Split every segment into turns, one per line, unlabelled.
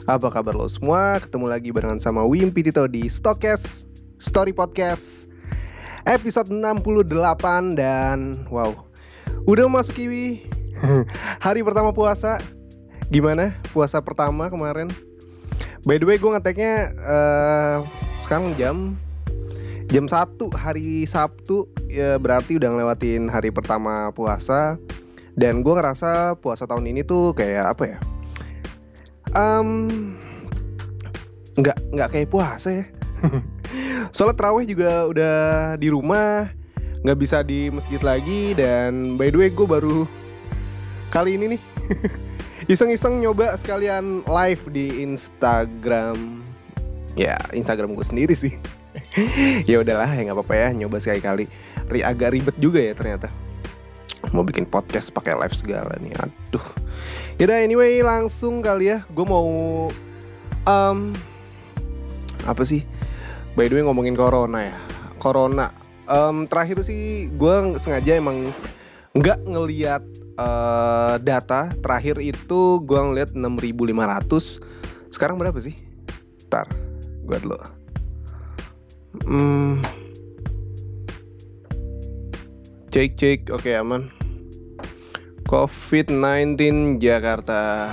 Apa kabar lo semua? Ketemu lagi barengan sama Wimpi Tito di Stokes Story Podcast episode 68. Dan wow, udah memasuki hari pertama puasa. Gimana puasa pertama kemarin? By the way, gue ngeteknya sekarang jam 1 hari Sabtu ya, berarti udah ngelewatin hari pertama puasa. Dan gue ngerasa puasa tahun ini tuh kayak apa ya, nggak kayak puasa ya. Sholat tarawih juga udah di rumah, nggak bisa di masjid lagi. Dan by the way, gue baru kali ini nih iseng-iseng nyoba sekalian live di Instagram. Ya, Instagram gue sendiri sih. Ya udahlah, ya nggak apa-apa ya, nyoba sekali-kali. Agak ribet juga ya ternyata, mau bikin podcast pakai live segala nih. Aduh. Yaudah, anyway, langsung kali ya. Gue mau apa sih? By the way, ngomongin corona ya. Corona. Terakhir sih gue sengaja emang nggak ngelihat data. Terakhir itu gue ngeliat 6.500. Sekarang berapa sih? Ntar gue dulu. Cek. Oke, aman. COVID-19 Jakarta.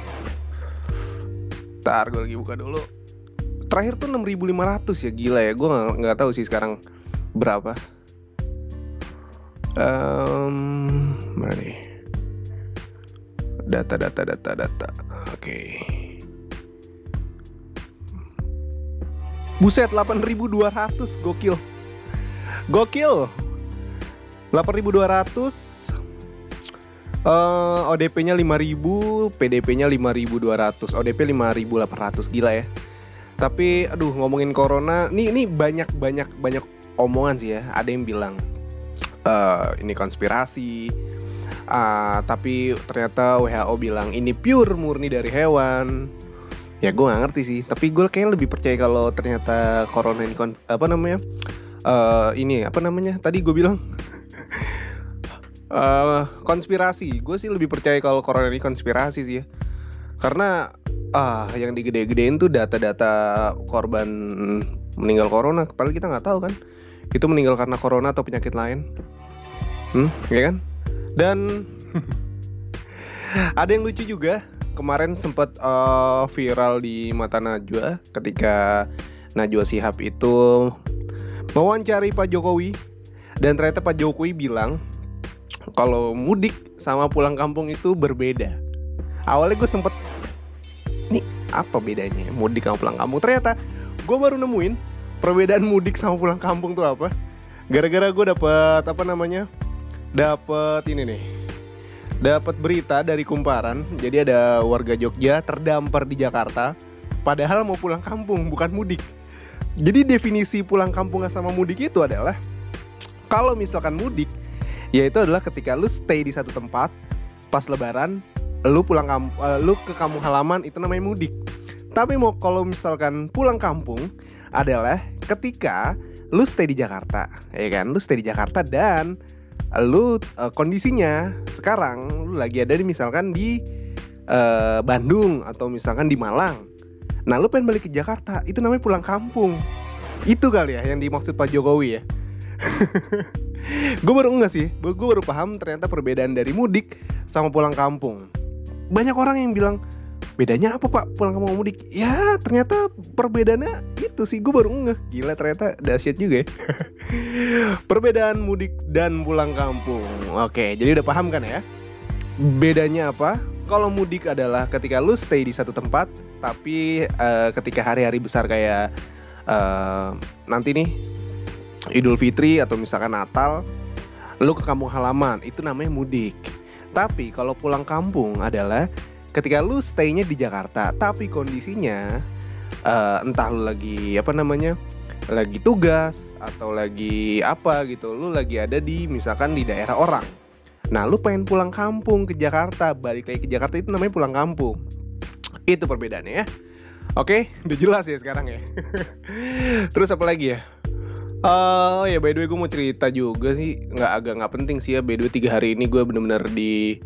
Ntar gue lagi buka dulu. Terakhir tuh 6.500 ya, gila ya. Gue gak tahu sih sekarang berapa. Mana nih? Data. Oke. Buset, 8.200. Gokil. 8.200. ODP-nya 5.000, PDP-nya 5.200, ODP 5.800, gila ya. Tapi aduh, ngomongin corona, ini banyak omongan sih ya. Ada yang bilang ini konspirasi, tapi ternyata WHO bilang ini pure murni dari hewan. Ya gue nggak ngerti sih, tapi gue kayaknya lebih percaya kalau ternyata corona ini tadi gue bilang konspirasi. Gue sih lebih percaya kalau corona ini konspirasi sih ya. Karena yang digede-gedein tuh data-data korban meninggal corona. Padahal kita nggak tahu kan itu meninggal karena corona atau penyakit lain. Ya kan? Dan ada yang lucu juga. Kemarin sempat viral di mata Najwa ketika Najwa Shihab itu mewawancari Pak Jokowi. Dan ternyata Pak Jokowi bilang kalau mudik sama pulang kampung itu berbeda. Awalnya gue sempet, nih apa bedanya mudik sama pulang kampung? Ternyata gue baru nemuin perbedaan mudik sama pulang kampung tuh apa. Gara-gara gue dapat berita dari Kumparan. Jadi ada warga Jogja terdampar di Jakarta, padahal mau pulang kampung, bukan mudik. Jadi definisi pulang kampung sama mudik itu adalah, kalau misalkan mudik, yaitu adalah ketika lu stay di satu tempat pas lebaran, lu ke kampung halaman, itu namanya mudik. Tapi kalau misalkan pulang kampung adalah ketika lu stay di Jakarta, ya kan? Lu stay di Jakarta dan lu kondisinya sekarang lu lagi ada misalkan di Bandung atau misalkan di Malang. Nah, lu pengen balik ke Jakarta, itu namanya pulang kampung. Itu kali ya yang dimaksud Pak Jokowi ya. Gue baru paham ternyata perbedaan dari mudik sama pulang kampung. Banyak orang yang bilang, bedanya apa Pak pulang kampung sama mudik? Ya ternyata perbedaannya itu sih, gue baru ngeh. Gila, ternyata dahsyat juga ya. Perbedaan mudik dan pulang kampung. Oke, jadi udah paham kan ya bedanya apa? Kalau mudik adalah ketika lu stay di satu tempat, tapi ketika hari-hari besar kayak nanti nih Idul Fitri atau misalkan Natal, lu ke kampung halaman, itu namanya mudik. Tapi kalau pulang kampung adalah ketika lu stay-nya di Jakarta, tapi kondisinya entah lu lagi lagi tugas atau lagi apa gitu, lu lagi ada di misalkan di daerah orang. Nah, lu pengen pulang kampung ke Jakarta, balik lagi ke Jakarta, itu namanya pulang kampung. Itu perbedaannya ya. Oke, udah jelas ya sekarang ya. Terus apa lagi ya? Oh ya, by the way gue mau cerita juga sih, agak nggak penting sih ya. By the way 3 hari ini gue benar-benar di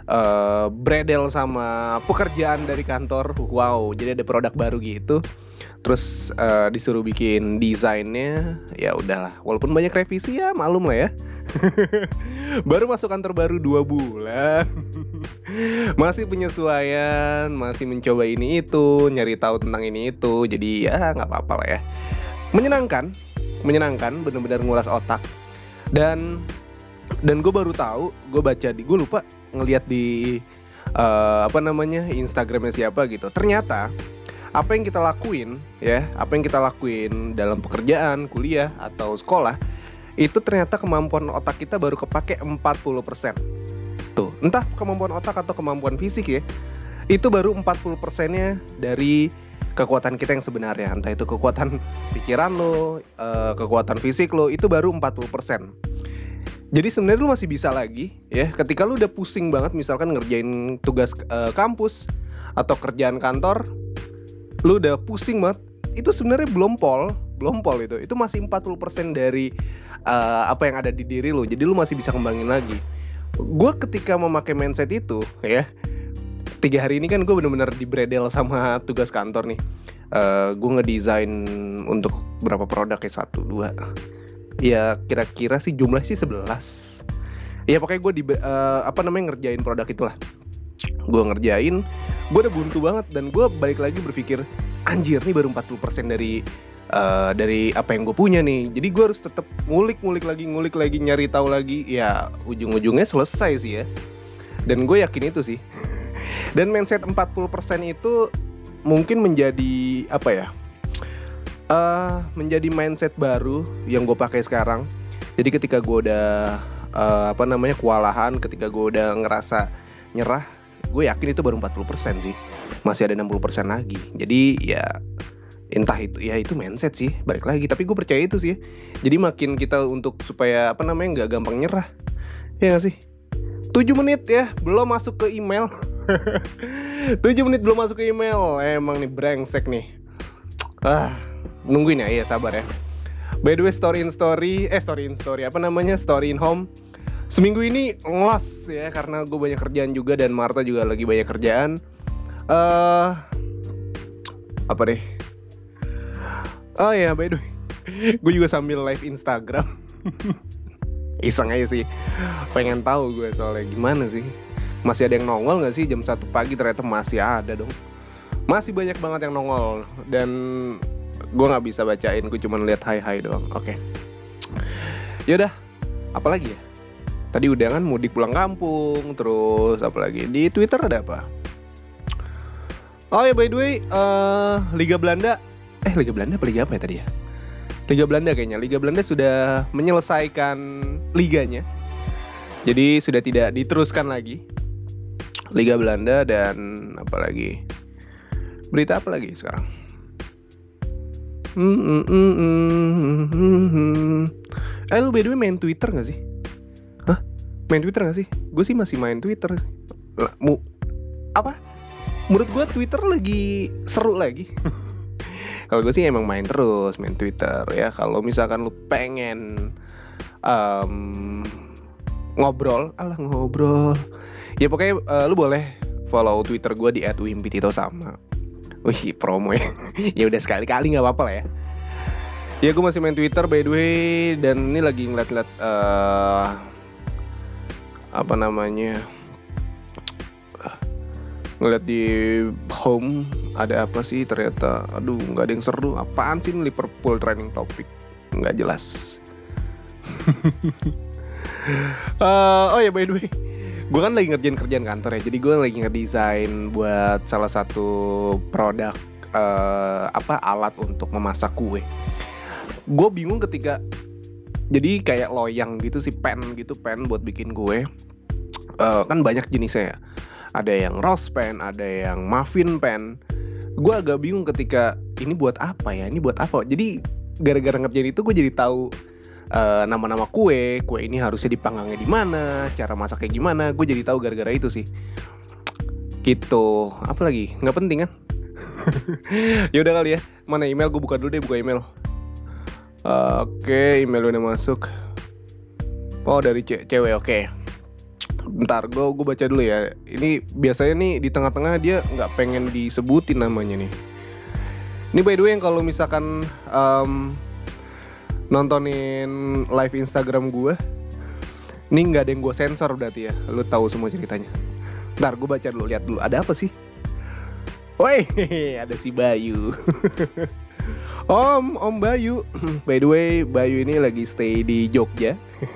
bredel sama pekerjaan dari kantor. Wow, jadi ada produk baru gitu. Terus disuruh bikin desainnya, ya udahlah. Walaupun banyak revisi ya malum lah ya. Baru masuk kantor baru 2 bulan. Masih penyesuaian, masih mencoba ini itu, nyari tahu tentang ini itu. Jadi ya nggak apa-apa lah ya. Menyenangkan, benar-benar ngulas otak. Dan gue baru tahu, gue lupa ngelihat di Instagramnya siapa gitu. Ternyata apa yang kita lakuin dalam pekerjaan, kuliah atau sekolah, itu ternyata kemampuan otak kita baru kepake 40%. Tuh, entah kemampuan otak atau kemampuan fisik ya, itu baru 40%-nya dari kekuatan kita yang sebenarnya. Entah itu kekuatan pikiran lo, kekuatan fisik lo, itu baru 40%. Jadi sebenarnya lu masih bisa lagi ya, ketika lu udah pusing banget misalkan ngerjain tugas kampus atau kerjaan kantor, lu udah pusing banget, itu sebenarnya belum pol itu masih 40% dari apa yang ada di diri lu. Jadi lu masih bisa kembangin lagi. Gue ketika memakai mindset itu ya, 3 hari ini kan gue benar-benar dibredel sama tugas kantor nih. Gue ngedesain untuk berapa produk ya, 1, 2. Ya kira-kira sih jumlah sih 11. Ya pokoknya gue ngerjain produk itulah. Gue ngerjain, gue udah buntu banget. Dan gue balik lagi berpikir, anjir nih baru 40% dari apa yang gue punya nih. Jadi gue harus tetap ngulik lagi, nyari tahu lagi. Ya ujung-ujungnya selesai sih ya. Dan gue yakin itu sih. Dan mindset 40% itu mungkin menjadi menjadi mindset baru yang gue pakai sekarang. Jadi ketika gue udah kewalahan, ketika gue udah ngerasa nyerah, gue yakin itu baru 40% sih. Masih ada 60% lagi. Jadi ya entah itu mindset sih, balik lagi. Tapi gue percaya itu sih. Jadi makin kita untuk supaya gak gampang nyerah. Ya gak sih? 7 menit ya, belum masuk ke email. 7 menit belum masuk ke email. Emang nih brengsek nih. Nungguin ya, sabar ya. By the way, story in home. Seminggu ini ngelos ya, karena gue banyak kerjaan juga dan Marta juga lagi banyak kerjaan. Oh ya, by the way, gue juga sambil live Instagram. Iseng aja sih, pengen tahu gue soalnya gimana sih. Masih ada yang nongol nggak sih jam 1 pagi? Ternyata masih ada dong. Masih banyak banget yang nongol. Dan gue nggak bisa bacain, gue cuma lihat hai doang. Oke. Yaudah, apalagi ya? Tadi udah kan mudik pulang kampung, terus apalagi di Twitter ada apa? Oh ya, by the way, Liga Belanda apa Liga apa ya tadi ya? Liga Belanda kayaknya. Liga Belanda sudah menyelesaikan liganya. Jadi sudah tidak diteruskan lagi Liga Belanda. Dan apalagi? Berita apa lagi sekarang? Lu by the way main Twitter gak sih? Hah? Main Twitter gak sih? Gue sih masih main Twitter sih. Menurut gue Twitter lagi seru lagi. Kalau gue sih emang main Twitter ya. Kalau misalkan lu pengen ngobrol. Ya pokoknya lu boleh follow Twitter gue di @wimpititosama. Wih, promo ya. Ya udah sekali-kali nggak apa-apa lah ya. Ya gue masih main Twitter by the way, dan ini lagi ngeliat-ngeliat ngeliat di home ada apa sih ternyata. Aduh, nggak ada yang seru. Apaan sih ini Liverpool trending topic? Nggak jelas. Oh ya, by the way, gue kan lagi ngerjain kerjaan kantor ya. Jadi gue lagi ngedesain buat salah satu produk alat untuk memasak kue. Gue bingung ketika jadi kayak loyang gitu sih, pen buat bikin kue. Kan banyak jenisnya ya. Ada yang roast pen, ada yang muffin pen. Gue agak bingung ketika ini buat apa ya? Jadi gara-gara ngerjain itu gue jadi tahu nama-nama kue ini harusnya dipanggangnya di mana, cara masaknya gimana. Gue jadi tahu gara-gara itu sih. Gitu. Apa lagi? Nggak penting kan? Ya udah kali ya. Mana email? Gue buka dulu deh, buka email. Oke, email udah masuk. Oh, dari cewek. Oke. Bentar, gue baca dulu ya. Ini biasanya nih di tengah-tengah dia nggak pengen disebutin namanya nih. Ini by the way yang kalau misalkan nontonin live Instagram gue, ini nggak ada yang gue sensor berarti ya. Lu tahu semua ceritanya. Bentar, gue baca dulu, lihat dulu ada apa sih. Woi, ada si Bayu. Om Bayu. By the way, Bayu ini lagi stay di Jogja.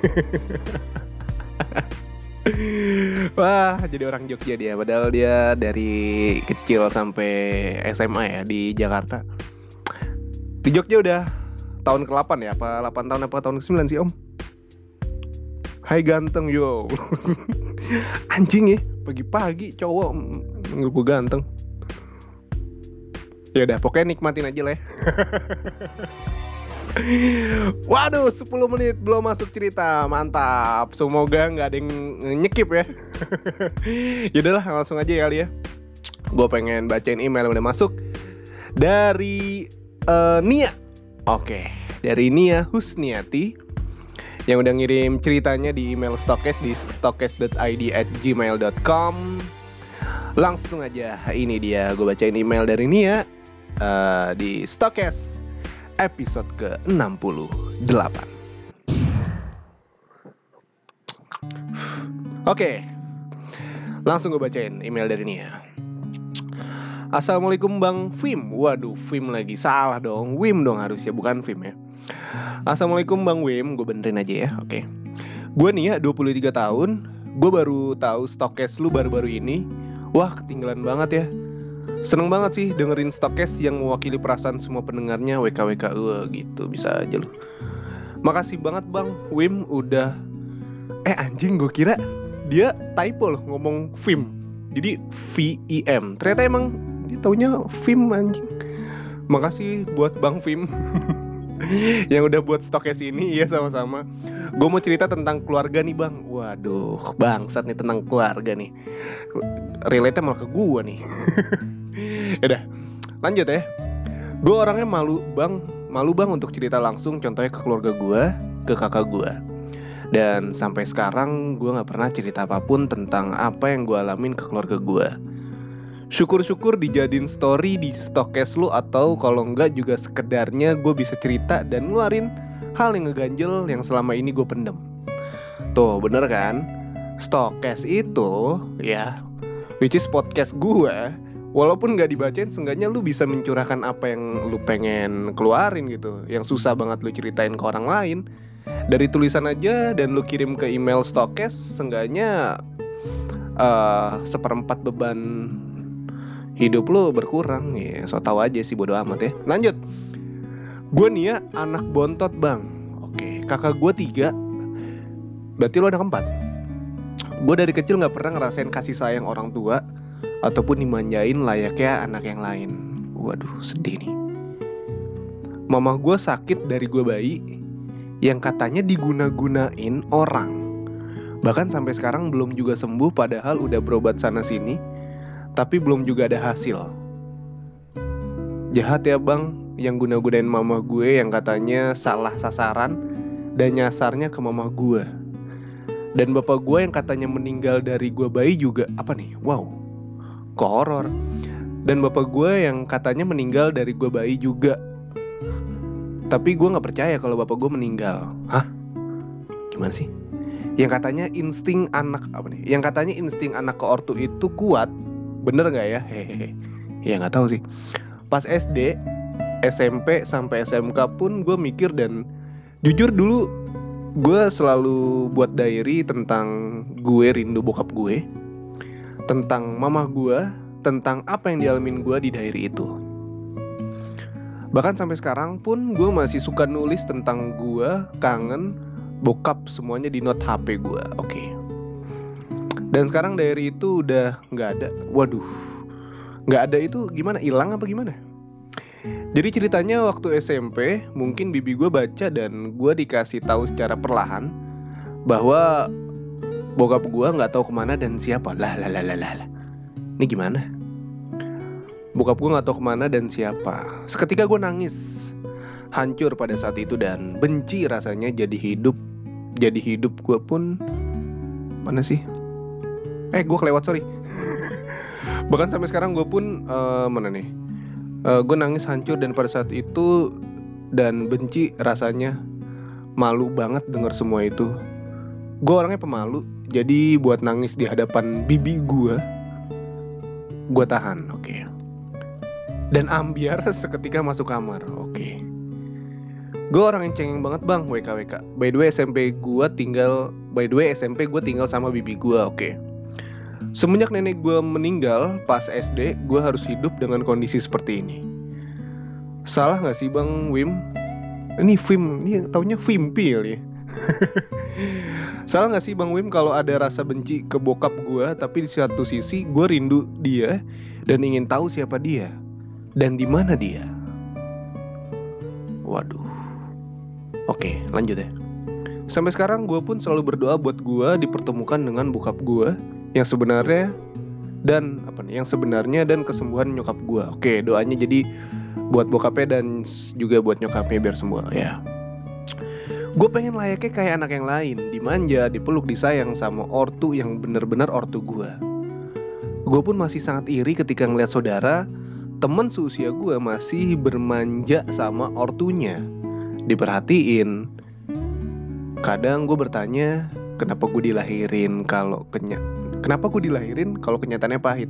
Wah, jadi orang Jogja dia. Padahal dia dari kecil sampai SMA ya di Jakarta. Di Jogja udah tahun ke-8 ya? Apa 8 tahun apa tahun ke-9 sih, Om? Hai ganteng, yo. Anjing ya, pagi-pagi cowok nganggep gue ganteng. Ya udah, pokoknya nikmatin aja lah ya. Waduh, 10 menit belum masuk cerita. Mantap. Semoga gak ada yang nyekip ya. Yaudahlah, langsung aja kali ya. Gue pengen bacain email yang udah masuk dari Nia. Oke, dari Nia Husniati yang udah ngirim ceritanya di email Stokes di stokes.id@gmail.com. Langsung aja, ini dia gue bacain email dari Nia di Stokes episode ke-68. Oke, langsung gue bacain email dari Nia. Assalamualaikum Bang Vim. Waduh, Vim lagi, salah dong. Wim dong harusnya, bukan Vim ya. Assalamualaikum Bang Wim, gue benerin aja ya, oke. Gue Nia, 23 tahun. Gue baru tahu Stokes lu baru-baru ini. Wah, ketinggalan banget ya. Seneng banget sih dengerin Stokes yang mewakili perasaan semua pendengarnya. WKWK gitu, bisa aja lu. Makasih banget Bang Wim udah anjing, gue kira dia typo loh ngomong Vim. Jadi V-I-M. Ternyata emang dia taunya Vim, anjing. Makasih buat Bang Vim yang udah buat Stokes ini. Iya, sama-sama. Gue mau cerita tentang keluarga nih Bang. Waduh, bangsat nih tentang keluarga nih. Relate-nya malah ke gue nih. Yaudah, lanjut ya. Gue orangnya malu bang untuk cerita langsung. Contohnya ke keluarga gue, ke kakak gue. Dan sampai sekarang gue gak pernah cerita apapun tentang apa yang gue alamin ke keluarga gue. Syukur-syukur dijadiin story di Stokes lu, atau kalau enggak juga sekedarnya gue bisa cerita dan ngeluarin hal yang ngeganjel yang selama ini gue pendem. Tuh, bener kan? Stokes itu ya, which is podcast gue, walaupun gak dibacain, seenggaknya lu bisa mencurahkan apa yang lu pengen keluarin gitu, yang susah banget lu ceritain ke orang lain. Dari tulisan aja dan lu kirim ke email Stokes, seenggaknya 1/4 beban hidup lu berkurang. Ya, so tau aja sih, bodo amat ya. Lanjut. Gue Nia, anak bontot Bang. Oke, kakak gue 3. Berarti lu anak 4. Gue dari kecil gak pernah ngerasain kasih sayang orang tua ataupun dimanjain layaknya anak yang lain. Waduh, sedih nih. Mama gue sakit dari gue bayi, yang katanya diguna-gunain orang. Bahkan sampai sekarang belum juga sembuh, padahal udah berobat sana sini, tapi belum juga ada hasil. Jahat ya Bang, yang guna-gunain mama gue yang katanya salah sasaran dan nyasarnya ke mama gue. Dan bapak gue yang katanya meninggal dari gue bayi juga, apa nih? Wow, kok horor. Dan bapak gue yang katanya meninggal dari gue bayi juga. Tapi gue gak percaya kalau bapak gue meninggal. Hah? Gimana sih? Yang katanya insting anak, apa nih? Yang katanya insting anak ke ortu itu kuat. Bener gak ya? Hehehe. Ya gak tahu sih. Pas SD, SMP sampai SMK pun gue mikir, dan jujur dulu gue selalu buat diary tentang gue rindu bokap gue, tentang mamah gue, tentang apa yang dialamin gue di diary itu. Bahkan sampai sekarang pun gue masih suka nulis tentang gue kangen bokap, semuanya di note HP gue. Oke. Dan sekarang diary itu udah gak ada. Waduh, gak ada itu gimana? Hilang apa gimana? Jadi ceritanya waktu SMP, mungkin bibi gue baca dan gue dikasih tahu secara perlahan bahwa bokap gue gak tahu kemana dan siapa. Lah. Ini gimana? Bokap gue gak tahu kemana dan siapa. Seketika gue nangis, hancur pada saat itu, dan benci rasanya jadi hidup gue pun. Mana sih? Gue kelewat, sorry. Bahkan sampai sekarang gue pun mana nih? Gue nangis hancur dan pada saat itu dan benci rasanya, malu banget denger semua itu. Gue orangnya pemalu, jadi buat nangis di hadapan bibi gue tahan, oke. Dan ambiar seketika masuk kamar, oke. Gue orang yang cengeng banget bang, WKWK. By the way SMP gue tinggal sama bibi gue, oke. Semenjak nenek gue meninggal pas SD, gue harus hidup dengan kondisi seperti ini. Salah gak sih bang Wim? Ini taunya Vimpi kali ya. Salah gak sih bang Wim kalau ada rasa benci ke bokap gue, tapi di satu sisi gue rindu dia dan ingin tahu siapa dia dan di mana dia. Waduh. Oke, lanjut ya. Sampai sekarang gue pun selalu berdoa buat gue dipertemukan dengan bokap gue yang sebenarnya dan kesembuhan nyokap gue. Oke, doanya jadi buat bokapnya dan juga buat nyokapnya biar sembuh ya. Gue pengen layaknya kayak anak yang lain, dimanja, dipeluk, disayang sama ortu yang benar-benar ortu gue. Gue pun masih sangat iri ketika ngeliat saudara, temen seusia gue masih bermanja sama ortunya, diperhatiin. Kadang gue bertanya, kenapa gue dilahirin kalau kenyataannya pahit?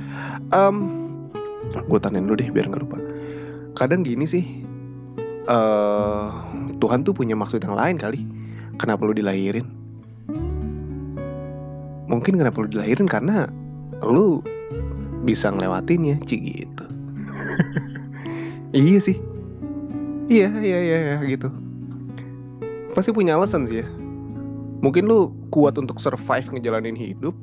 Gue tanyain dulu deh biar gak lupa. Kadang gini sih, Tuhan tuh punya maksud yang lain kali. Kenapa lu dilahirin? Mungkin kenapa lu dilahirin karena lu bisa ngelewatinnya, gitu. Iya sih. Iya gitu. Pasti punya alasan sih ya. Mungkin lu kuat untuk survive ngejalanin hidup.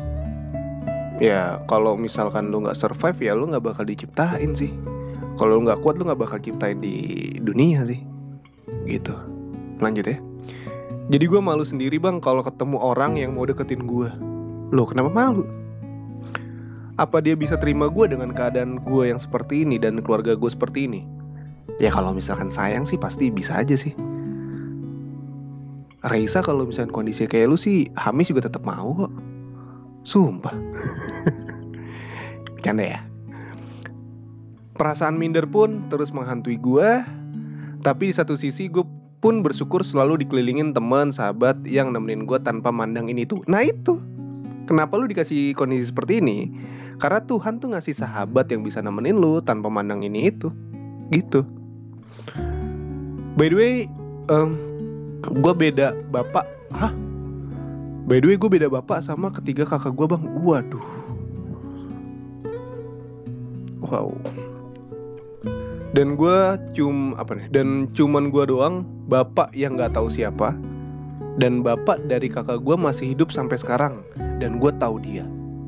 Ya kalau misalkan lu gak survive ya lu gak bakal diciptain sih. Kalau lu gak kuat lu gak bakal ciptain di dunia sih. Gitu. Lanjut ya. Jadi gue malu sendiri bang kalau ketemu orang yang mau deketin gue. Loh kenapa malu? Apa dia bisa terima gue dengan keadaan gue yang seperti ini dan keluarga gue seperti ini? Ya kalau misalkan sayang sih pasti bisa aja sih. Raisa kalau misalkan kondisi kayak lu sih Hamis juga tetap mau kok. Sumpah. Bercanda ya. Perasaan minder pun terus menghantui gue. Tapi di satu sisi gue pun bersyukur selalu dikelilingin teman, sahabat yang nemenin gue tanpa mandang ini tuh. Nah itu, kenapa lu dikasih kondisi seperti ini? Karena Tuhan tuh ngasih sahabat yang bisa nemenin lu tanpa mandang ini itu. Gitu. By the way, gue beda bapak. By the way gue beda bapak sama ketiga kakak gue bang. Waduh. Wow. Dan gue cuman gue doang bapak yang nggak tahu siapa. Dan bapak dari kakak gue masih hidup sampai sekarang. Dan gue tahu dia.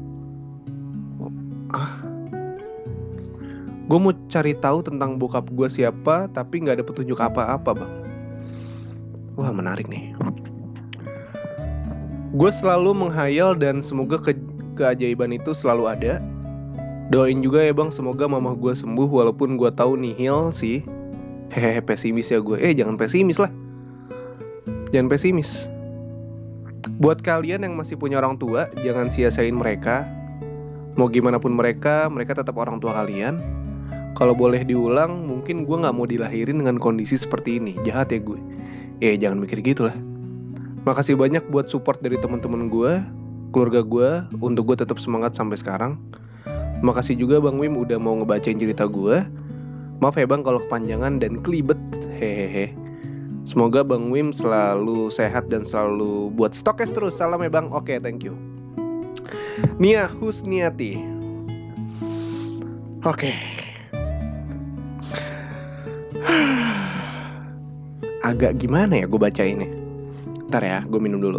Gue mau cari tahu tentang bokap gue siapa, tapi nggak ada petunjuk apa-apa bang. Wah menarik nih. Gue selalu menghayal dan semoga keajaiban itu selalu ada. Doain juga ya bang, semoga mama gue sembuh walaupun gue tahu nihil sih. Hehehe, pesimis ya gue. Jangan pesimis lah. Jangan pesimis. Buat kalian yang masih punya orang tua, jangan sia-siain mereka. Mau gimana pun mereka tetap orang tua kalian. Kalau boleh diulang, mungkin gue gak mau dilahirin dengan kondisi seperti ini. Jahat ya gue. Jangan mikir gitu lah. Makasih banyak buat support dari teman-teman gue, keluarga gue, untuk gue tetap semangat sampai sekarang. Makasih juga Bang Wim udah mau ngebacain cerita gue. Maaf ya Bang kalau kepanjangan dan kelibet. Hehehe. Semoga Bang Wim selalu sehat dan selalu buat stokes terus. Salam ya Bang. Oke, thank you. Nia Husniati. Oke. Agak gimana ya gue baca ini. Ntar ya, gue minum dulu.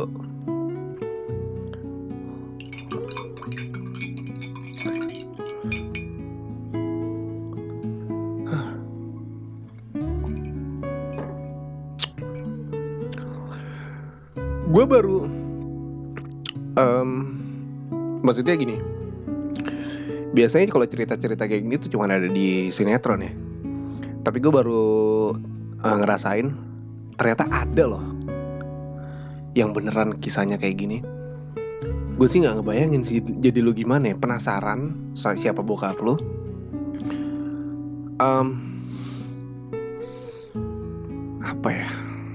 Gue baru maksudnya gini. Biasanya kalau cerita-cerita kayak gini tuh cuma ada di sinetron ya. Tapi gue baru ngerasain ternyata ada loh yang beneran kisahnya kayak gini. Gue sih nggak ngebayangin sih jadi lu gimana ya. Penasaran siapa bokap lu. Apa ya,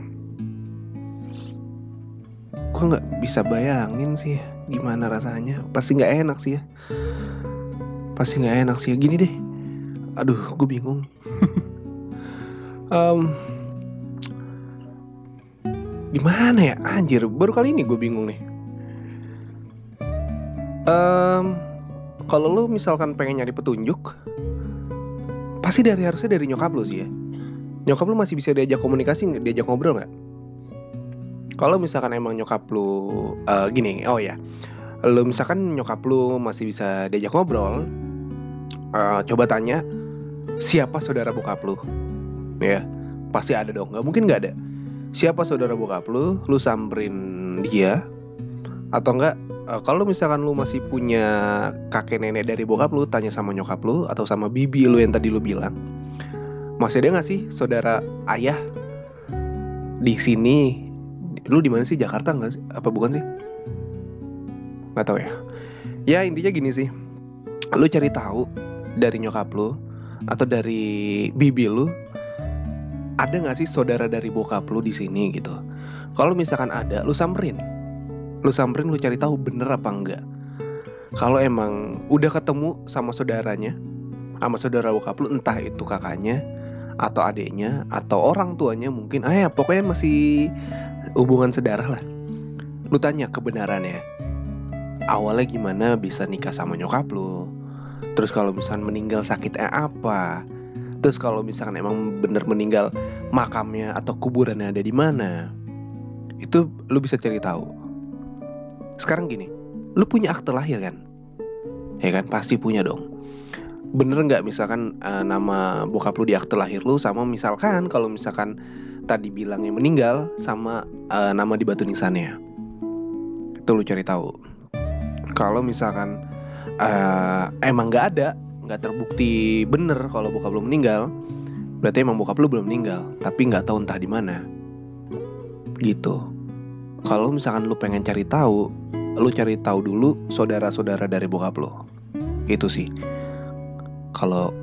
gue nggak bisa bayangin sih gimana rasanya. Pasti nggak enak sih ya. Gini deh, aduh gue bingung. Gimana ya, anjir, baru kali ini gue bingung nih. Kalau lu misalkan pengen nyari petunjuk, pasti harusnya dari nyokap lu sih ya. Nyokap lu masih bisa diajak komunikasi, diajak ngobrol nggak? Kalau misalkan emang nyokap lu gini, lu misalkan nyokap lu masih bisa diajak ngobrol, coba tanya siapa saudara bokap lu, ya pasti ada dong. Nggak mungkin nggak ada. Siapa saudara bokap lu samperin dia. Atau enggak, kalau misalkan lu masih punya kakek nenek dari bokap lu, tanya sama nyokap lu atau sama bibi lu yang tadi lu bilang, masih ada nggak sih saudara ayah di sini? Lu di mana sih, Jakarta nggak sih? Apa bukan sih? Nggak tahu ya. Ya intinya gini sih, lu cari tahu dari nyokap lu atau dari bibi lu, ada nggak sih saudara dari bokap lu di sini gitu. Kalau misalkan ada, lu samperin, lu cari tahu bener apa enggak. Kalau emang udah ketemu sama saudaranya, sama saudara bokap lu, entah itu kakaknya atau adiknya atau orang tuanya mungkin, pokoknya masih hubungan sedarah lah, lu tanya kebenarannya. Awalnya gimana bisa nikah sama nyokap lu, terus kalau misalkan meninggal sakitnya apa, terus kalau misalkan emang bener meninggal, makamnya atau kuburannya ada di mana, itu lu bisa cari tahu. Sekarang gini, lu punya akte lahir kan? Ya kan, pasti punya dong. Bener nggak misalkan nama bokap lu di akte lahir lu sama misalkan kalau misalkan tadi bilangnya meninggal sama nama di batu nisannya. Itu lu cari tahu. Kalau misalkan emang nggak terbukti bener kalau bokap lu meninggal, berarti emang bokap lu belum meninggal, tapi nggak tahu entah di mana. Gitu. Kalau misalkan lu pengen cari tahu, lu cari tahu dulu saudara-saudara dari bokap lu. Itu sih. Kalau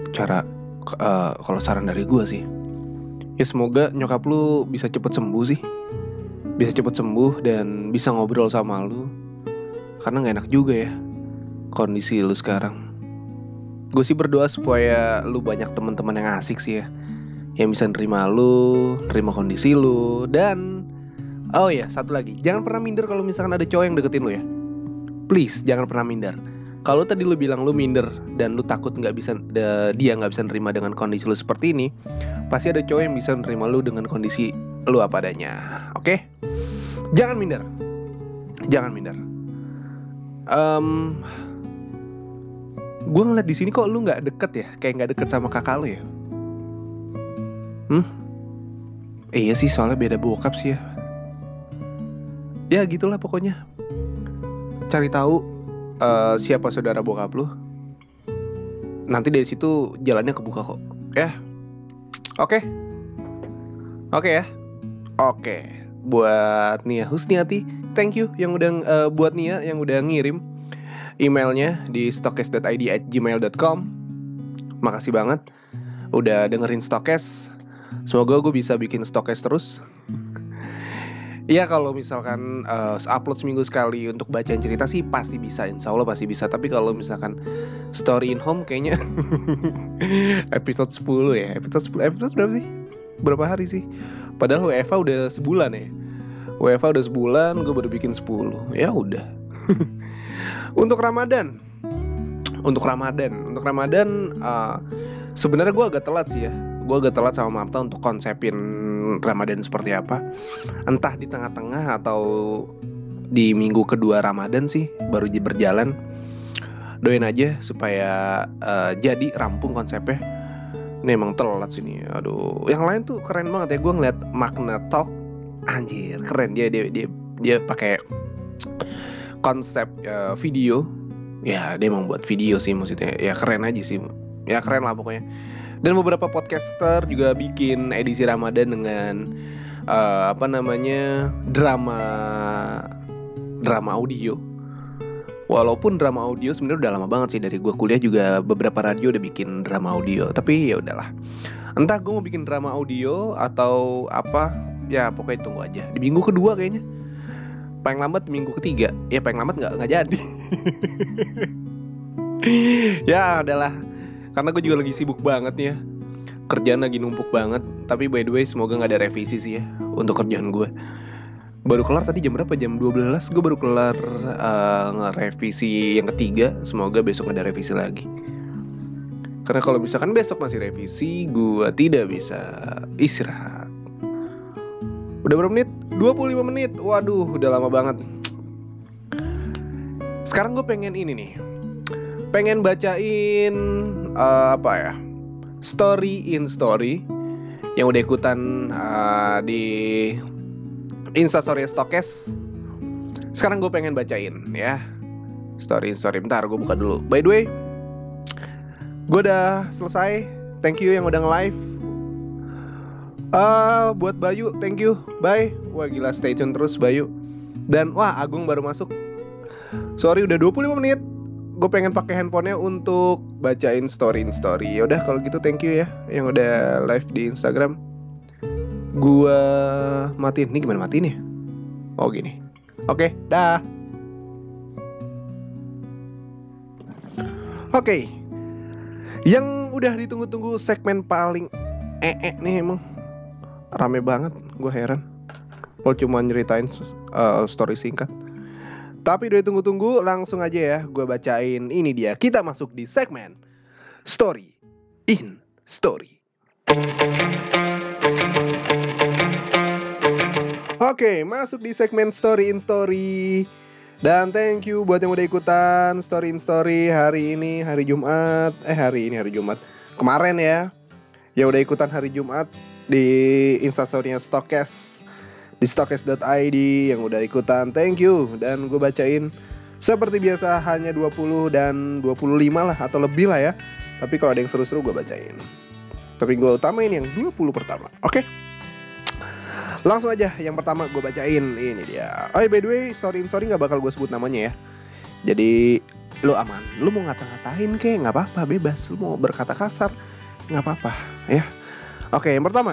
saran dari gue sih, ya semoga nyokap lu bisa cepet sembuh sih, bisa cepet sembuh dan bisa ngobrol sama lu, karena nggak enak juga ya kondisi lu sekarang. Gue sih berdoa supaya lu banyak teman-teman yang asik sih ya, yang bisa nerima lu, nerima kondisi lu. Dan satu lagi, jangan pernah minder kalau misalkan ada cowok yang deketin lu ya. Please jangan pernah minder. Kalau tadi lu bilang lu minder dan lu takut dia nggak bisa nerima dengan kondisi lu seperti ini, pasti ada cowok yang bisa nerima lu dengan kondisi lu apa adanya. Oke? Jangan minder. Gue ngeliat di sini kok lu nggak deket ya, kayak nggak deket sama kakak lu ya. Iya sih, soalnya beda bokap sih ya. Ya gitulah pokoknya. Cari tahu siapa saudara bokap lu. Nanti dari situ jalannya kebuka kok. Ya. Oke ya. Oke. Buat Nia Husniati, thank you yang udah buat Nia yang udah ngirim emailnya di stokes.id@gmail.com. Makasih banget udah dengerin Stokes. Semoga gue bisa bikin Stokes terus. Ya kalau misalkan upload seminggu sekali untuk bacain cerita sih pasti bisa, insya Allah pasti bisa. Tapi kalau misalkan story in home kayaknya episode 10 ya. Episode berapa sih? Berapa hari sih? Padahal WFA udah sebulan ya. WFA udah sebulan, gue baru bikin 10. Ya udah. Untuk Ramadan sebenarnya gue agak telat sih ya. Gue agak telat sama Marta untuk konsepin Ramadan seperti apa. Entah di tengah-tengah atau di minggu kedua Ramadan sih baru berjalan. Doain aja supaya jadi rampung konsepnya. Ini emang telat sih nih. Aduh, yang lain tuh keren banget ya. Gue ngeliat Magna Talk, anjir keren. Dia pakai konsep video. Ya dia emang buat video sih, maksudnya ya keren aja sih. Ya keren lah pokoknya. Dan beberapa podcaster juga bikin edisi Ramadan dengan drama audio. Walaupun drama audio sebenarnya udah lama banget sih, dari gue kuliah juga beberapa radio udah bikin drama audio. Tapi ya udahlah. Entah gue mau bikin drama audio atau apa, ya pokoknya tunggu aja. Di minggu kedua kayaknya. Paling lambat minggu ketiga. Ya paling lambat nggak jadi. Ya udahlah. Karena gue juga lagi sibuk banget nih ya. Kerjaan lagi numpuk banget. Tapi by the way semoga gak ada revisi sih ya untuk kerjaan gue. Baru kelar tadi jam berapa? Jam 12 gue baru kelar nge-revisi yang ketiga. Semoga besok gak ada revisi lagi. Karena kalau misalkan besok masih revisi, gue tidak bisa istirahat. Udah berapa menit? 25 menit. Waduh udah lama banget. Sekarang gue pengen ini nih, pengen bacain apa ya, story in story yang udah ikutan di Instastory Stokes. Sekarang gue pengen bacain ya story in story. Bentar gue buka dulu. By the way, gue udah selesai. Thank you yang udah nge-live. Buat Bayu, thank you. Bye. Wah gila, stay tune terus Bayu. Dan wah Agung baru masuk. Sorry udah 25 menit. Gue pengen pakai handphonenya untuk bacain story in story. Ya udah kalau gitu thank you ya yang udah live di Instagram. Gua matiin. Ini gimana matiin ya? Oh gini. Oke, dah. Oke. Yang udah ditunggu-tunggu segmen paling nih emang. Rame banget, gue heran. Kalau cuma nyeritain story singkat. Tapi udah ditunggu-tunggu, langsung aja ya gue bacain. Ini dia, kita masuk di segmen Story in Story. Oke, masuk di segmen Story in Story. Dan thank you buat yang udah ikutan Story in Story hari ini, hari Jumat. Hari Jumat kemarin ya. Yang udah ikutan hari Jumat di Instastory-nya Stokes, di stokes.id yang udah ikutan, thank you. Dan gue bacain seperti biasa hanya 20 dan 25 lah atau lebih lah ya. Tapi kalau ada yang seru-seru gue bacain. Tapi gue utamain yang 20 pertama. Oke. Langsung aja yang pertama gue bacain. Ini dia. Oh by the way, story in story gak bakal gue sebut namanya ya. Jadi lo aman. Lo mau ngata-ngatain kek gak apa-apa, bebas. Lo mau berkata kasar gak apa-apa ya. Oke, yang pertama,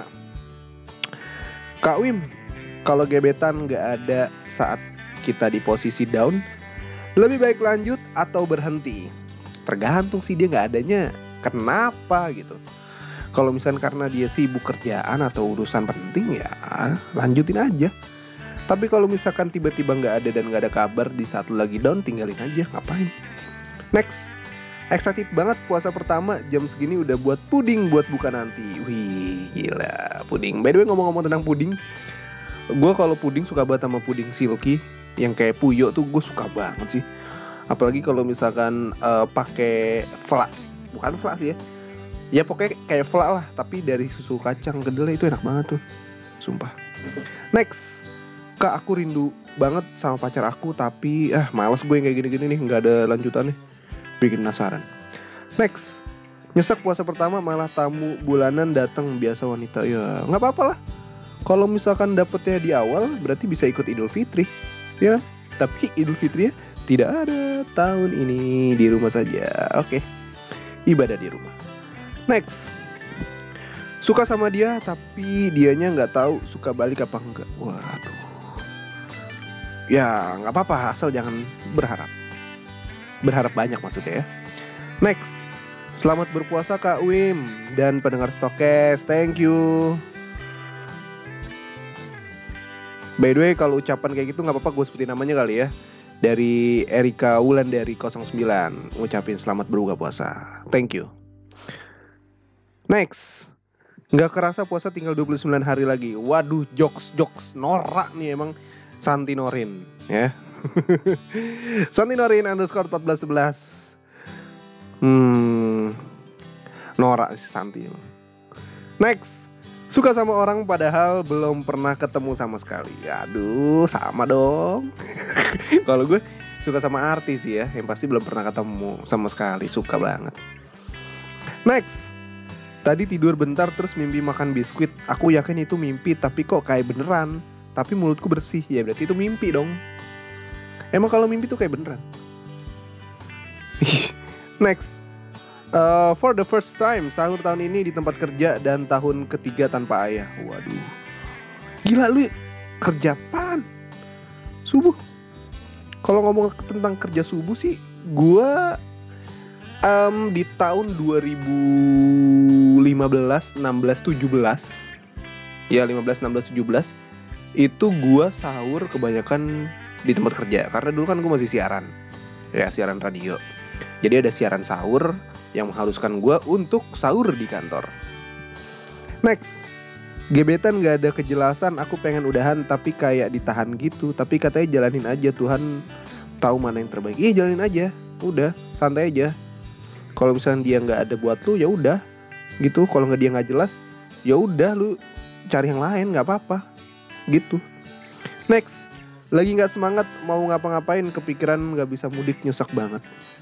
Kak Wim, kalau gebetan gak ada saat kita di posisi down, lebih baik lanjut atau berhenti? Tergantung sih dia gak adanya kenapa gitu. Kalau misalnya karena dia sibuk kerjaan atau urusan penting ya lanjutin aja. Tapi kalau misalkan tiba-tiba gak ada dan gak ada kabar di saat lu lagi down, tinggalin aja, ngapain. Next, excited banget puasa pertama, jam segini udah buat puding buat buka nanti. Wih gila, puding. By the way ngomong-ngomong tentang puding, gue kalau puding suka banget sama puding silky yang kayak puyo tuh, gue suka banget sih. Apalagi kalau misalkan pakai fla, bukan fla sih ya. Ya pokoknya kayak fla lah, tapi dari susu kacang kedelai itu enak banget tuh, sumpah. Next, Kak aku rindu banget sama pacar aku, tapi malas gue yang kayak gini-gini nih, nggak ada lanjutannya. Bikin penasaran. Next, nyesek puasa pertama malah tamu bulanan datang, biasa wanita. Ya nggak apa-apa lah. Kalau misalkan dapetnya di awal, berarti bisa ikut Idul Fitri, ya. Tapi Idul Fitrinya tidak ada tahun ini, di rumah saja. Oke, ibadah di rumah. Next, suka sama dia tapi dianya nggak tahu suka balik apa enggak. Waduh. Ya nggak apa-apa, asal jangan berharap. Berharap banyak maksudnya ya. Next, selamat berpuasa Kak Wim dan pendengar Stokes, thank you. By the way kalau ucapan kayak gitu gak apa-apa gue sebutin namanya kali ya. Dari Erika Wulandari 09, ngucapin selamat berbuka puasa, thank you. Next, gak kerasa puasa tinggal 29 hari lagi. Waduh, jokes norak nih emang Santi Norin ya. Santi Norin _1411. Norak si Santi. Next, suka sama orang padahal belum pernah ketemu sama sekali. Aduh, sama dong. Kalau gue suka sama artis ya, yang pasti belum pernah ketemu sama sekali, suka banget. Next, tadi tidur bentar terus mimpi makan biskuit. Aku yakin itu mimpi, tapi kok kayak beneran. Tapi mulutku bersih, ya berarti itu mimpi dong. Emang kalau mimpi tuh kayak beneran. Next. For the first time, sahur tahun ini di tempat kerja dan tahun ketiga tanpa ayah. Waduh. Gila lu kerja apaan? Subuh. Kalau ngomong tentang kerja subuh sih, gua di tahun 2015, 16, 17. Ya 15, 16, 17 itu gua sahur kebanyakan di tempat kerja. Karena dulu kan gua masih siaran. Ya, siaran radio. Jadi ada siaran sahur yang mengharuskan gue untuk sahur di kantor. Next. Gebetan gak ada kejelasan, aku pengen udahan tapi kayak ditahan gitu. Tapi katanya jalanin aja, Tuhan tahu mana yang terbaik. Iya, jalanin aja. Udah, santai aja. Kalau misalnya dia gak ada buat lu, ya udah. Gitu. Kalau dia gak jelas, ya udah lu cari yang lain, gak apa-apa. Gitu. Next. Lagi gak semangat mau ngapa-ngapain, kepikiran gak bisa mudik, nyesek banget.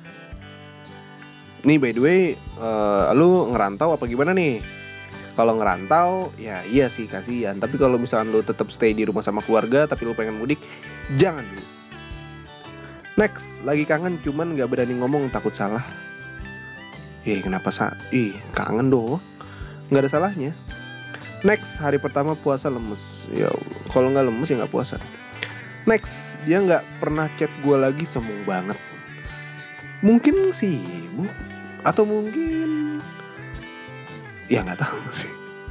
Nih by the way, lu ngerantau apa gimana nih? Kalau ngerantau, ya iya sih kasihan. Tapi kalau misalkan lu tetap stay di rumah sama keluarga, tapi lu pengen mudik, jangan dulu. Next, lagi kangen cuman gak berani ngomong, takut salah. Kenapa kangen dong. Gak ada salahnya. Next, hari pertama puasa lemes. Ya, kalau gak lemes ya gak puasa. Next, dia gak pernah chat gue lagi, sombong banget. Mungkin sibuk atau mungkin ya nggak tahu sih.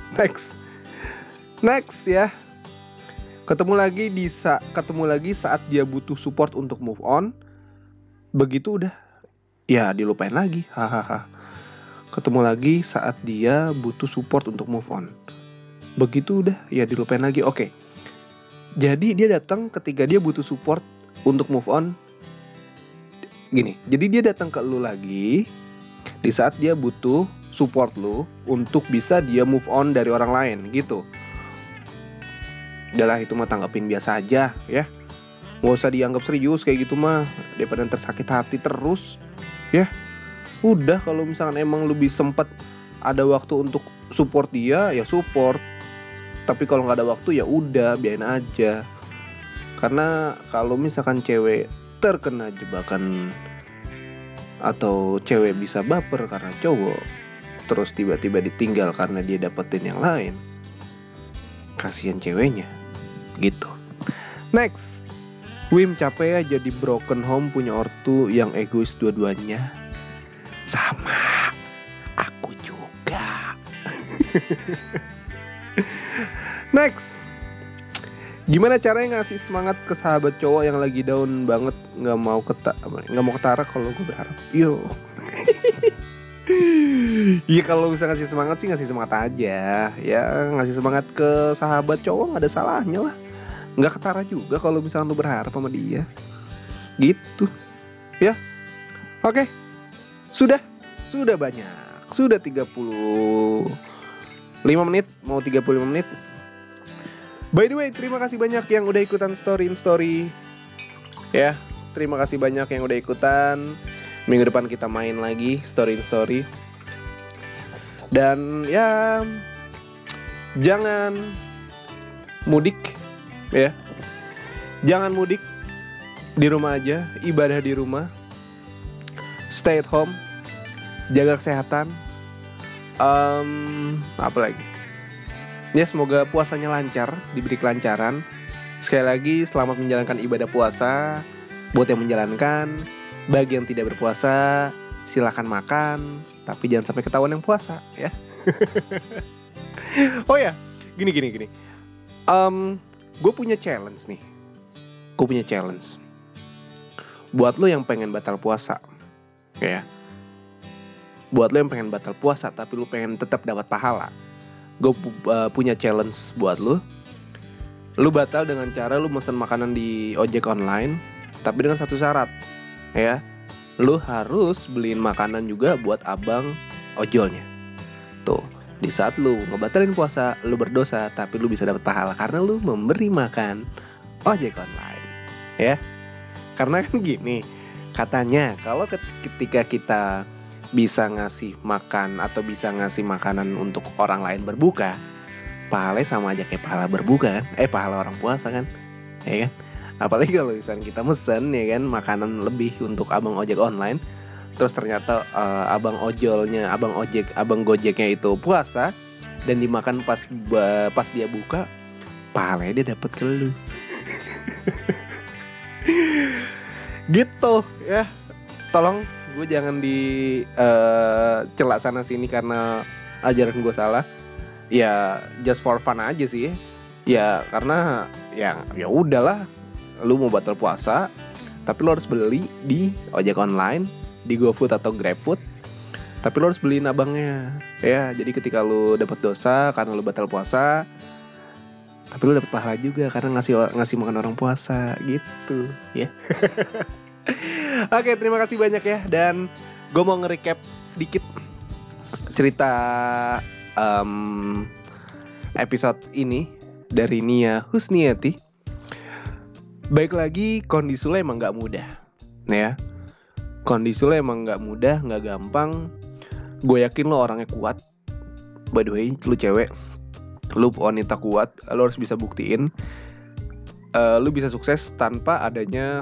Next ya. Ketemu lagi saat dia butuh support untuk move on. Begitu udah, ya dilupain lagi. Hahaha. Ketemu lagi saat dia butuh support untuk move on. Begitu udah, ya dilupain lagi. Oke. Jadi dia datang ketika dia butuh support untuk move on. Gini, jadi dia datang ke lu lagi di saat dia butuh support lu untuk bisa dia move on dari orang lain gitu. Udahlah, itu mah tanggapin biasa aja ya. Gak usah dianggap serius kayak gitu mah, daripada tersakit hati terus ya. Udah, kalau misalkan emang lu bisa sempet ada waktu untuk support dia, ya support. Tapi kalau gak ada waktu ya udah, biarin aja. Karena kalau misalkan cewek terkena jebakan atau cewek bisa baper karena cowok, terus tiba-tiba ditinggal karena dia dapetin yang lain, kasihan ceweknya gitu. Next. Wim capek ya jadi broken home, punya ortu yang egois dua-duanya. Sama, aku juga. Next. Gimana caranya ngasih semangat ke sahabat cowok yang lagi down banget, nggak mau ketara kalau gue berharap. Iya, kalau bisa ngasih semangat sih ngasih semangat aja. Ya ngasih semangat ke sahabat cowok nggak ada salahnya lah. Nggak ketara juga kalau misalnya lu berharap sama dia. Gitu. Ya. Oke. Sudah banyak. Sudah 35 menit, mau 35 menit. By the way, terima kasih banyak yang udah ikutan story ya. Terima kasih banyak yang udah ikutan. Minggu depan kita main lagi story. Dan ya, jangan mudik ya. Jangan mudik, di rumah aja, ibadah di rumah. Stay at home. Jaga kesehatan. Apa lagi? Ya, semoga puasanya lancar, diberi kelancaran. Sekali lagi, selamat menjalankan ibadah puasa. Buat yang menjalankan, bagi yang tidak berpuasa, silakan makan, tapi jangan sampai ketahuan yang puasa, ya. Oh ya, gini. Gue punya challenge nih. Buat lo yang pengen batal puasa, ya. Buat lo yang pengen batal puasa, tapi lo pengen tetap dapat pahala. Gue punya challenge buat lu. Lu batal dengan cara lu mesen makanan di ojek online, tapi dengan satu syarat ya. Lu harus beliin makanan juga buat abang ojolnya. Tuh, di saat lu ngebatalin puasa, lu berdosa, tapi lu bisa dapat pahala karena lu memberi makan ojek online ya. Karena kan gini, katanya kalau ketika kita bisa ngasih makan atau bisa ngasih makanan untuk orang lain berbuka, pahalanya sama aja kayak pahala berbuka kan, pahala orang puasa kan, ya kan. Apalagi kalau misalnya kita mesen ya kan makanan lebih untuk abang ojek online, Terus ternyata abang gojeknya itu puasa dan dimakan pas dia buka, pahalanya dia dapat ke lu. Gitu ya. Tolong gue jangan celak sana sini karena ajaran gue salah. Ya just for fun aja sih. Ya karena ya udahlah, lu mau batal puasa tapi lu harus beli di ojek online, di GoFood atau GrabFood. Tapi lu harus beliin abangnya. Ya, jadi ketika lu dapat dosa karena lu batal puasa, tapi lu dapat pahala juga karena ngasih makan orang puasa gitu, ya. Oke, terima kasih banyak ya. Dan gue mau nge-recap sedikit cerita episode ini dari Nia Husniati. Baik lagi, kondisi lo emang gak mudah, ya. Kondisi lo emang gak mudah, gak gampang. Gue yakin lo orangnya kuat. By the way, lu cewek, lu wanita kuat. Lo harus bisa buktiin lu bisa sukses tanpa adanya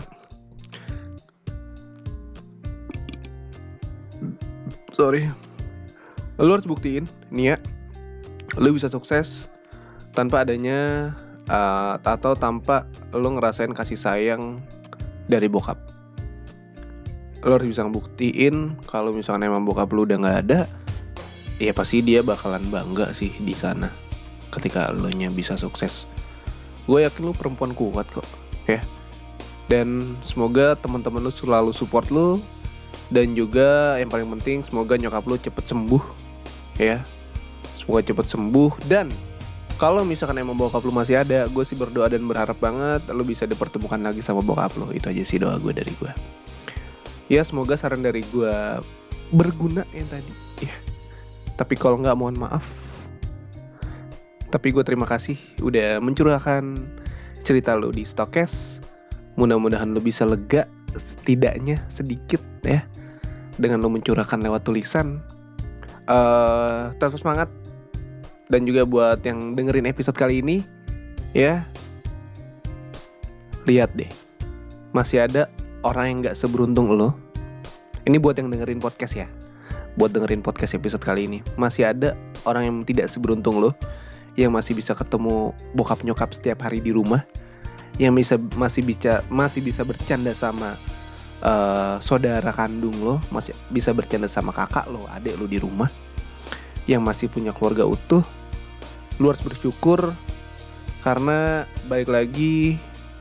Lu harus buktiin, Nia, lu bisa sukses tanpa adanya atau tanpa lu ngerasain kasih sayang dari bokap. Lu harus bisa ngebuktiin kalau misalnya emang bokap lu udah nggak ada, ya pasti dia bakalan bangga sih di sana ketika lu nya bisa sukses. Gue yakin lu perempuan kuat kok, ya. Dan semoga teman-teman lu selalu support lu. Dan juga yang paling penting, semoga nyokap lu cepet sembuh, ya. Semoga cepet sembuh. Dan kalau misalkan emang bokap lu masih ada, gue sih berdoa dan berharap banget lu bisa dipertemukan lagi sama bokap lu. Itu aja sih doa gue dari gue. Ya, semoga saran dari gue berguna yang tadi, ya. Tapi kalau nggak, mohon maaf. Tapi gue terima kasih udah mencurahkan cerita lu di Stokes. Mudah-mudahan lu bisa lega setidaknya sedikit, ya, dengan lu mencurahkan lewat tulisan. Tetap semangat. Dan juga buat yang dengerin episode kali ini, ya, lihat deh, masih ada orang yang gak seberuntung lo. Ini buat yang dengerin podcast ya. Buat dengerin podcast episode kali ini, masih ada orang yang tidak seberuntung lo, yang masih bisa ketemu bokap nyokap setiap hari di rumah, yang masih bisa bercanda sama saudara kandung lo, masih bisa bercanda sama kakak lo, adik lo di rumah, yang masih punya keluarga utuh. Lu harus bersyukur karena balik lagi,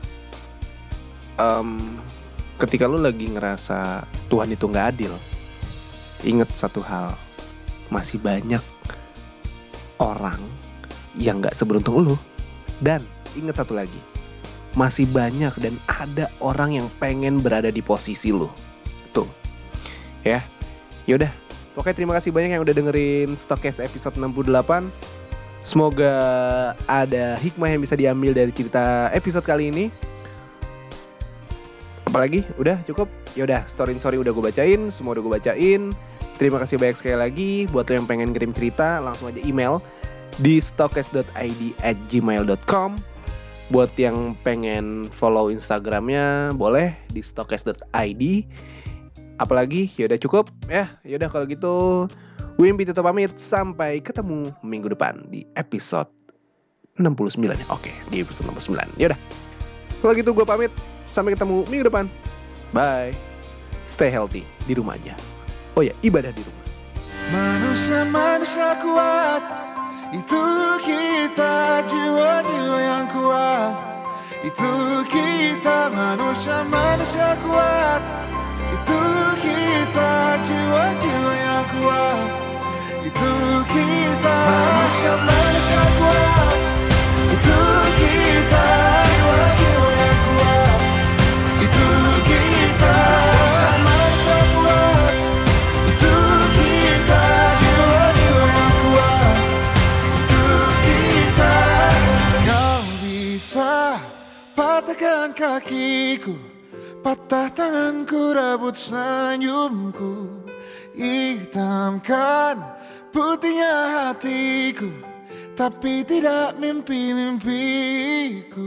ketika lu lagi ngerasa Tuhan itu gak adil, ingat satu hal, masih banyak orang yang gak seberuntung lu. Dan ingat satu lagi, masih banyak dan ada orang yang pengen berada di posisi lu. Tuh, ya. Yaudah, oke, terima kasih banyak yang udah dengerin Stokes episode 68. Semoga ada hikmah yang bisa diambil dari cerita episode kali ini. Apalagi? Udah cukup? Yaudah, story udah gue bacain, semua udah gue bacain. Terima kasih banyak sekali lagi. Buat lo yang pengen kirim cerita, langsung aja email di stokes.id@gmail.com. Buat yang pengen follow Instagramnya, boleh di stokes.id. Apalagi? Yaudah cukup ya. Yaudah kalau gitu, Wimpi tutup pamit. Sampai ketemu minggu depan di episode 69 ya. Oke, di episode 69. Yaudah, kalau gitu gue pamit. Sampai ketemu minggu depan. Bye. Stay healthy di rumah aja. Oh ya, ibadah di rumah.
Manusia kuat, itu kita, jiwa-jiwa yang kuat. Itu kita, manusia kuat. Itu kita, jiwa-jiwa yang kuat. Itu kita, manusia kuat. Itu kita, jiwa-jiwa yang kuat. Itu kita, manusia kuat. Itu kita, jiwa-jiwa yang kuat. Itu kita. Kau bisa patahkan kakiku, patah tanganku, rebut senyumku, hitamkan putihnya hatiku, tapi tidak mimpi-mimpiku.